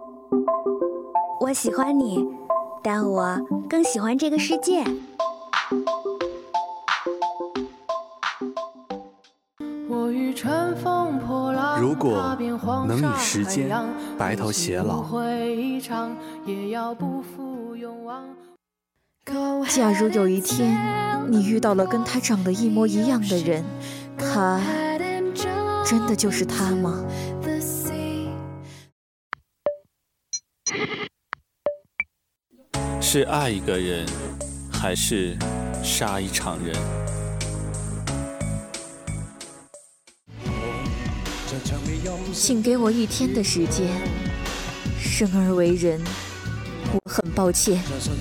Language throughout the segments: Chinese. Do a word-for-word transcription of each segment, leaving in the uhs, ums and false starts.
我喜欢你，但我更喜欢这个世界。 如果能与时间白头偕老， 假如有一天你遇到了跟他长得一模一样的人，他真的就是他吗？ 是爱一个人，还是杀一场人？ 请给我一天的时间。生而为人，我很抱歉。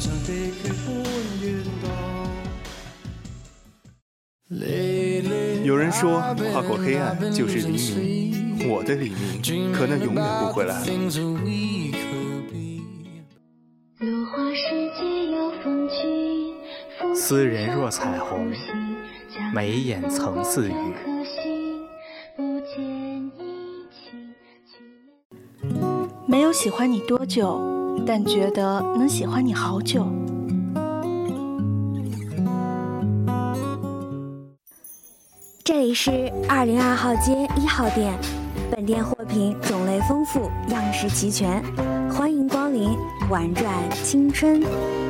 有人说跨过黑暗就是黎明，我的黎明可能永远不会来了。 斯人若彩虹，眉眼曾似雨。 没有喜欢你多久，但觉得能喜欢你好久。 这里是二零二号街一号店，本店货品种类丰富，样式齐全，欢迎光临，玩转青春。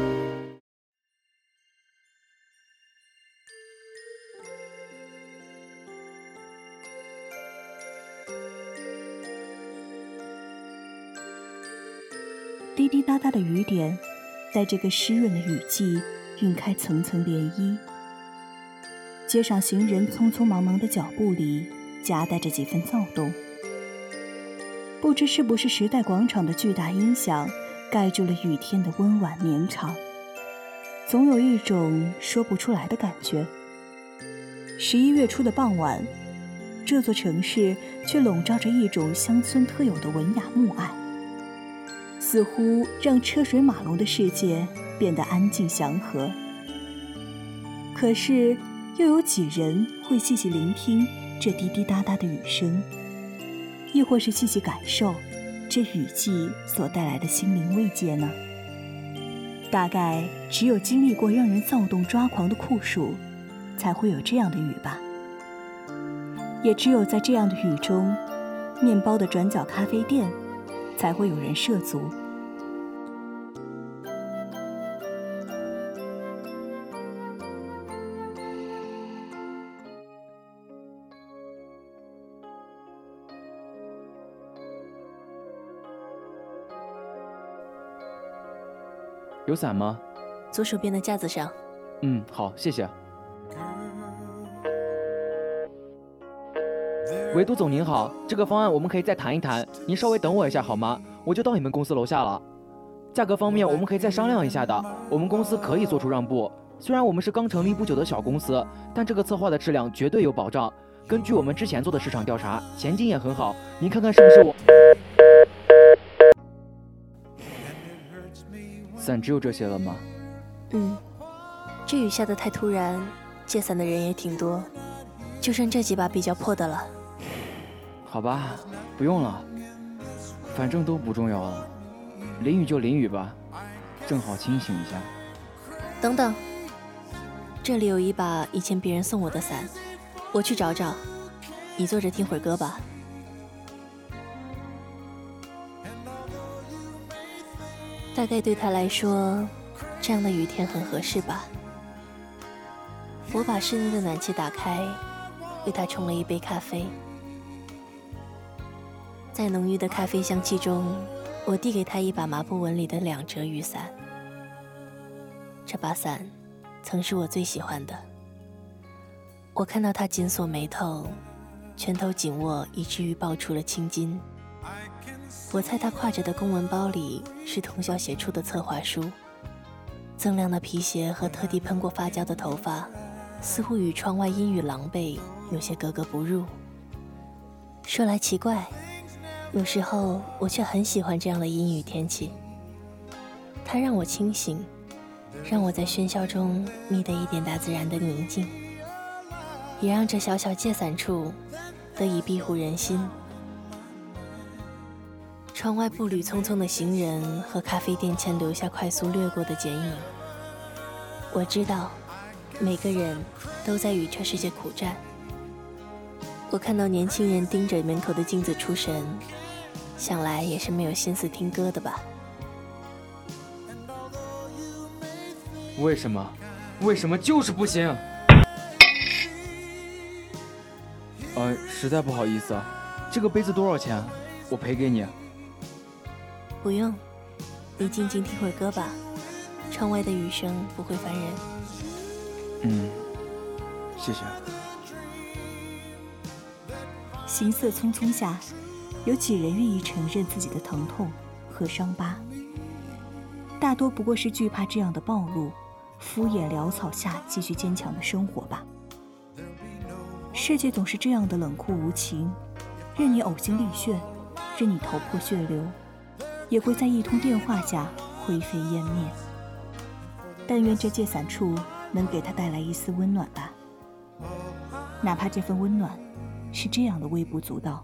滴滴答答的雨点，在这个湿润的雨季晕开层层涟漪。街上行人匆匆忙忙的脚步里，夹带着几分躁动。不知是不是时代广场的巨大音响盖住了雨天的温婉绵长，总有一种说不出来的感觉。十一月初的傍晚，这座城市却笼罩着一种乡村特有的文雅暮霭，似乎让车水马龙的世界变得安静祥和。可是又有几人会细细聆听这滴滴答答的雨声，亦或是细细感受这雨季所带来的心灵慰藉呢？大概只有经历过让人躁动抓狂的酷暑，才会有这样的雨吧。也只有在这样的雨中，面包的转角咖啡店才会有人涉足。 有伞吗？ 左手边的架子上。 嗯，好，谢谢。喂，杜总您好，这个方案我们可以再谈一谈，您稍微等我一下好吗？我就到你们公司楼下了。价格方面我们可以再商量一下的，我们公司可以做出让步。虽然我们是刚成立不久的小公司，但这个策划的质量绝对有保障。根据我们之前做的市场调查，前景也很好，您看看是不是我？伞只有这些了吗？ 嗯，这雨下得太突然，借伞的人也挺多，就剩这几把比较破的了。 好吧，不用了，反正都不重要了，淋雨就淋雨吧，正好清醒一下。 等等，这里有一把以前别人送我的伞，我去找找，你坐着听会儿歌吧。大概对他来说，这样的雨天很合适吧。我把室内的暖气打开，为他冲了一杯咖啡。在浓郁的咖啡香气中，我递给他一把麻布纹里的两折雨伞。这把伞曾是我最喜欢的。我看到他紧锁眉头，拳头紧握，以至于爆出了青筋。我猜他挎着的公文包里是通宵写出的策划书，锃亮的皮鞋和特地喷过发胶的头发，似乎与窗外阴雨狼狈有些格格不入。说来奇怪，有时候我却很喜欢这样的阴雨天气，它让我清醒，让我在喧嚣中觅得一点大自然的宁静，也让这小小借伞处得以庇护人心。 窗外步履匆匆的行人和咖啡店前留下快速掠过的剪影。我知道，每个人都在与这世界苦战。我看到年轻人盯着门口的镜子出神，想来也是没有心思听歌的吧。 为什么？为什么就是不行？呃，实在不好意思啊，这个杯子多少钱？我赔给你。 不用，你静静听会儿歌吧，窗外的雨声不会烦人。 嗯，谢谢。 行色匆匆下，有几人愿意承认自己的疼痛和伤疤？大多不过是惧怕这样的暴露，敷衍潦草下继续坚强的生活吧。世界总是这样的冷酷无情，任你呕心沥血，任你头破血流，也会在一通电话下灰飞烟灭。但愿这借伞处能给他带来一丝温暖吧，哪怕这份温暖是这样的微不足道。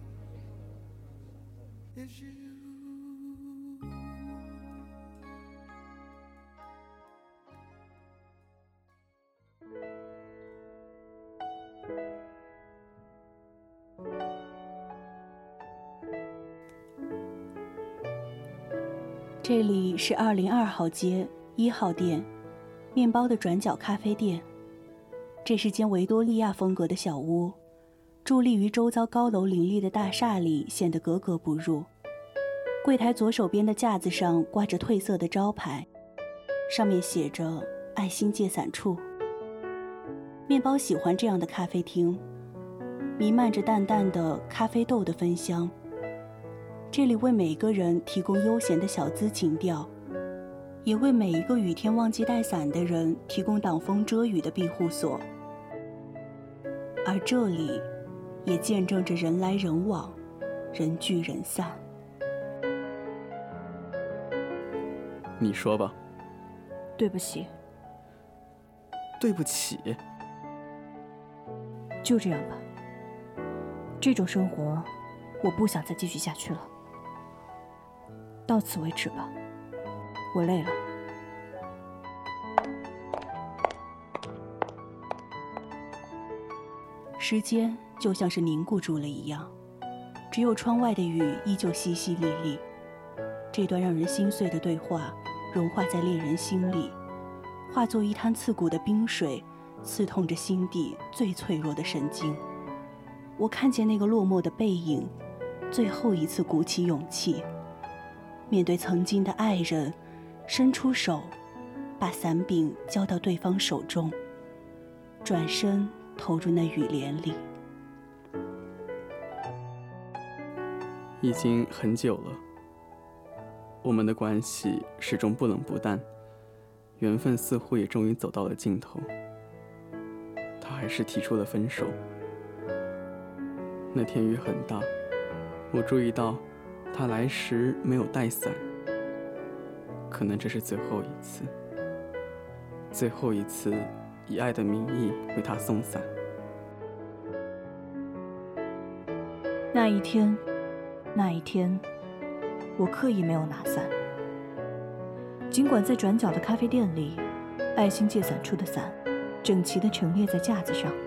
这里是二零二号街一号店，面包的转角咖啡店。这是间维多利亚风格的小屋，伫立于周遭高楼林立的大厦里，显得格格不入。柜台左手边的架子上挂着褪色的招牌，上面写着“爱心借伞处”。面包喜欢这样的咖啡厅，弥漫着淡淡的咖啡豆的芬香。这里为每个人提供悠闲的小资情调，也为每一个雨天忘记带伞的人提供挡风遮雨的庇护所。而这里也见证着人来人往，人聚人散。 你说吧。 对不起。 对不起。 就这样吧，这种生活我不想再继续下去了。到此为止吧，我累了。时间就像是凝固住了一样，只有窗外的雨依旧淅淅沥沥。这段让人心碎的对话融化在恋人心里，化作一滩刺骨的冰水，刺痛着心底最脆弱的神经。我看见那个落寞的背影，最后一次鼓起勇气，面对曾经的爱人，伸出手，把伞柄交到对方手中，转身投入那雨帘里。 已经很久了，我们的关系始终不冷不淡，缘分似乎也终于走到了尽头。他还是提出了分手。那天雨很大，我注意到他来时没有带伞，可能这是最后一次，最后一次以爱的名义为他送伞。 那一天，那一天，我刻意没有拿伞。尽管在转角的咖啡店里，爱心借伞处的伞整齐地陈列在架子上，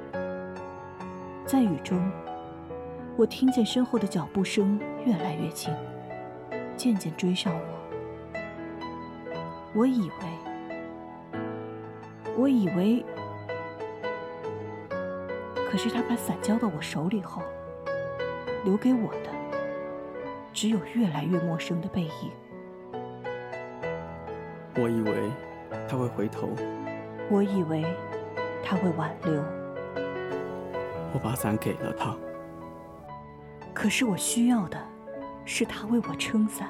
在雨中，我听见身后的脚步声越来越近，渐渐追上我。我以为，我以为，可是他把伞交到我手里后，留给我的只有越来越陌生的背影。 我以为他会回头， 我以为他会挽留， 我把伞给了他。 可是我需要的是他为我撑伞。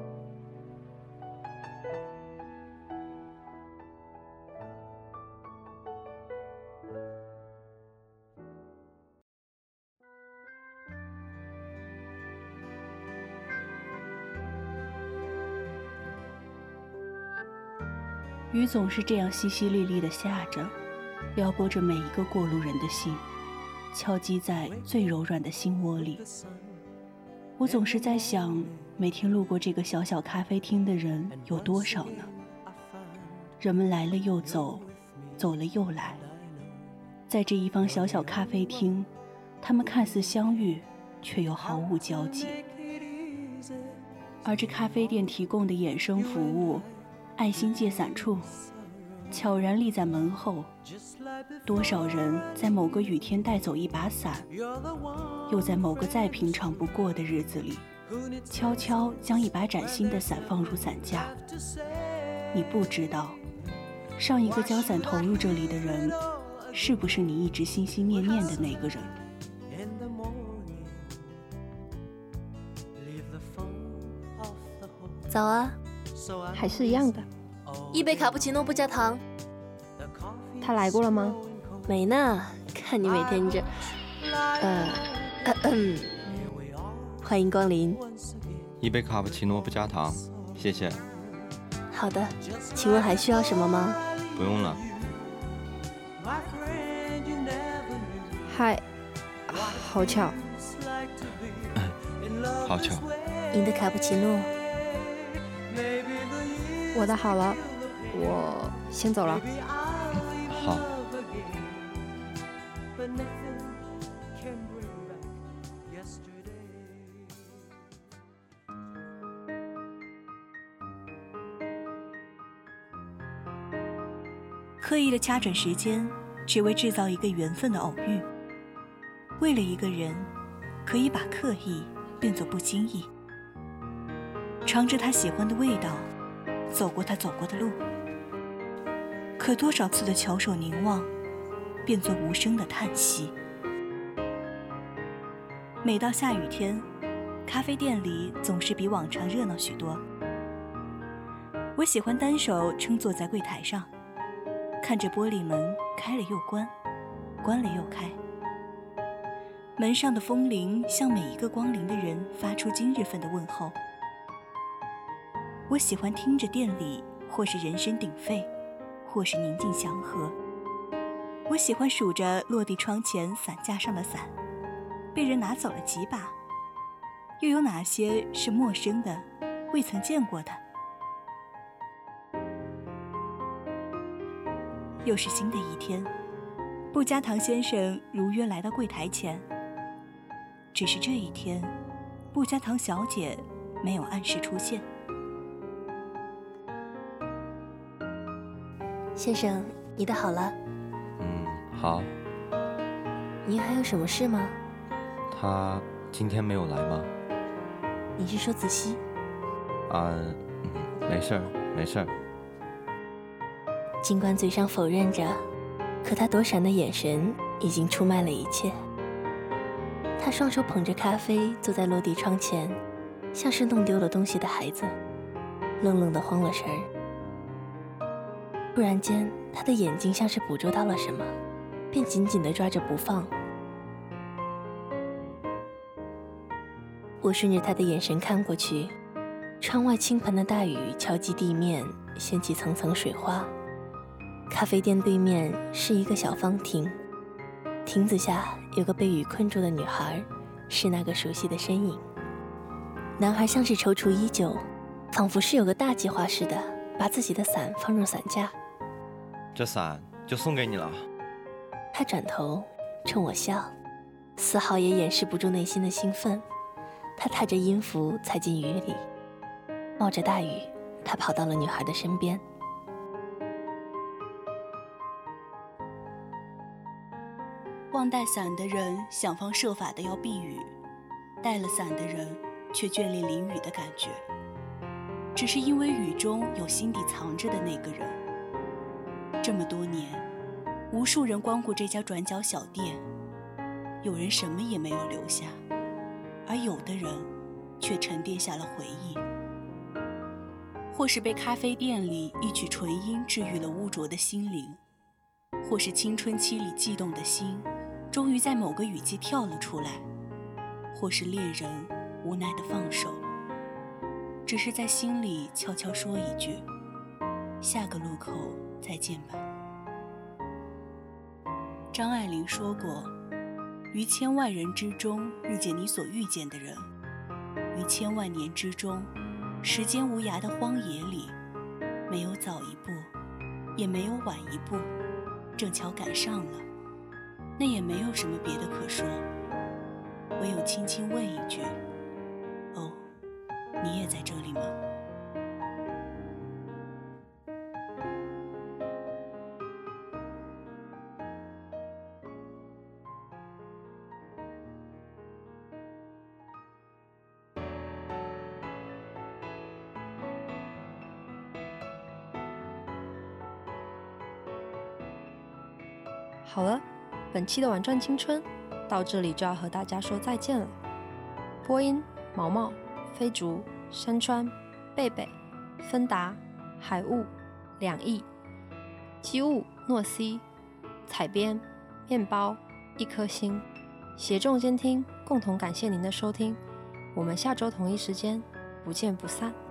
雨总是这样淅淅沥沥地下着，撩拨着每一个过路人的心，敲击在最柔软的心窝里。 我总是在想，每天路过这个小小咖啡厅的人有多少呢？人们来了又走，走了又来，在这一方小小咖啡厅，他们看似相遇，却又毫无交集。而这咖啡店提供的衍生服务，爱心借伞处，悄然立在门后，多少人在某个雨天带走一把伞，又在某个再平常不过的日子里，悄悄将一把崭新的伞放入伞架。你不知道，上一个将伞投入这里的人，是不是你一直心心念念的那个人？ 早啊， 还是一样的。 一杯卡布奇诺不加糖。 他来过了吗？ 没呢，看你每天这……呃，咳咳欢迎光临。 一杯卡布奇诺不加糖，谢谢。 好的，请问还需要什么吗？ 不用了。 嗨，好巧。 好巧。 您的卡布奇诺。 我的好了，我先走了。 好。 刻意的掐准时间，只为制造一个缘分的偶遇。为了一个人，可以把刻意变作不经意，尝着他喜欢的味道，走过他走过的路。可多少次的翘首凝望，变作无声的叹息。每到下雨天，咖啡店里总是比往常热闹许多。我喜欢单手撑坐在柜台上，看着玻璃门开了又关，关了又开。门上的风铃向每一个光临的人发出今日份的问候。我喜欢听着店里或是人声鼎沸，或是宁静祥和。我喜欢数着落地窗前伞架上的伞，被人拿走了几把，又有哪些是陌生的，未曾见过的。又是新的一天，不加糖先生如约来到柜台前。只是这一天，不加糖小姐没有按时出现。 先生，你的好了。 嗯，好。 您还有什么事吗？ 他今天没有来吗？ 你是说子熙？ 啊，嗯，没事儿，没事儿。 尽管嘴上否认着，可他躲闪的眼神已经出卖了一切。他双手捧着咖啡，坐在落地窗前，像是弄丢了东西的孩子，愣愣地慌了神儿。突然间，他的眼睛像是捕捉到了什么，便紧紧地抓着不放。我顺着他的眼神看过去，窗外倾盆的大雨敲击地面，掀起层层水花。咖啡店对面是一个小方亭，亭子下有个被雨困住的女孩，是那个熟悉的身影。男孩像是踌躇已久，仿佛是有个大计划似的，把自己的伞放入伞架。 这伞就送给你了。 他转头冲我笑，丝毫也掩饰不住内心的兴奋。他踏着音符踩进雨里，冒着大雨，他跑到了女孩的身边。 忘带伞的人想方设法的要避雨，带了伞的人却眷恋淋雨的感觉，只是因为雨中有心底藏着的那个人。这么多年，无数人光顾这家转角小店，有人什么也没有留下，而有的人却沉淀下了回忆，或是被咖啡店里一曲纯音治愈了污浊的心灵，或是青春期里悸动的心终于在某个雨季跳了出来，或是恋人无奈的放手，只是在心里悄悄说一句：下个路口再见吧。张爱玲说过，于千万人之中遇见你所遇见的人， 于千万年之中，时间无涯的荒野里，没有早一步，也没有晚一步，正巧赶上了，那也没有什么别的可说，唯有轻轻问一句：哦，你也在这里吗？ 好了，本期的玩转青春到这里就要和大家说再见了。播音：毛毛、飞竹、山川、贝贝、芬达、海雾、两亿、机务、诺西、采编、面包、一颗星，协众监听，共同感谢您的收听。我们下周同一时间不见不散。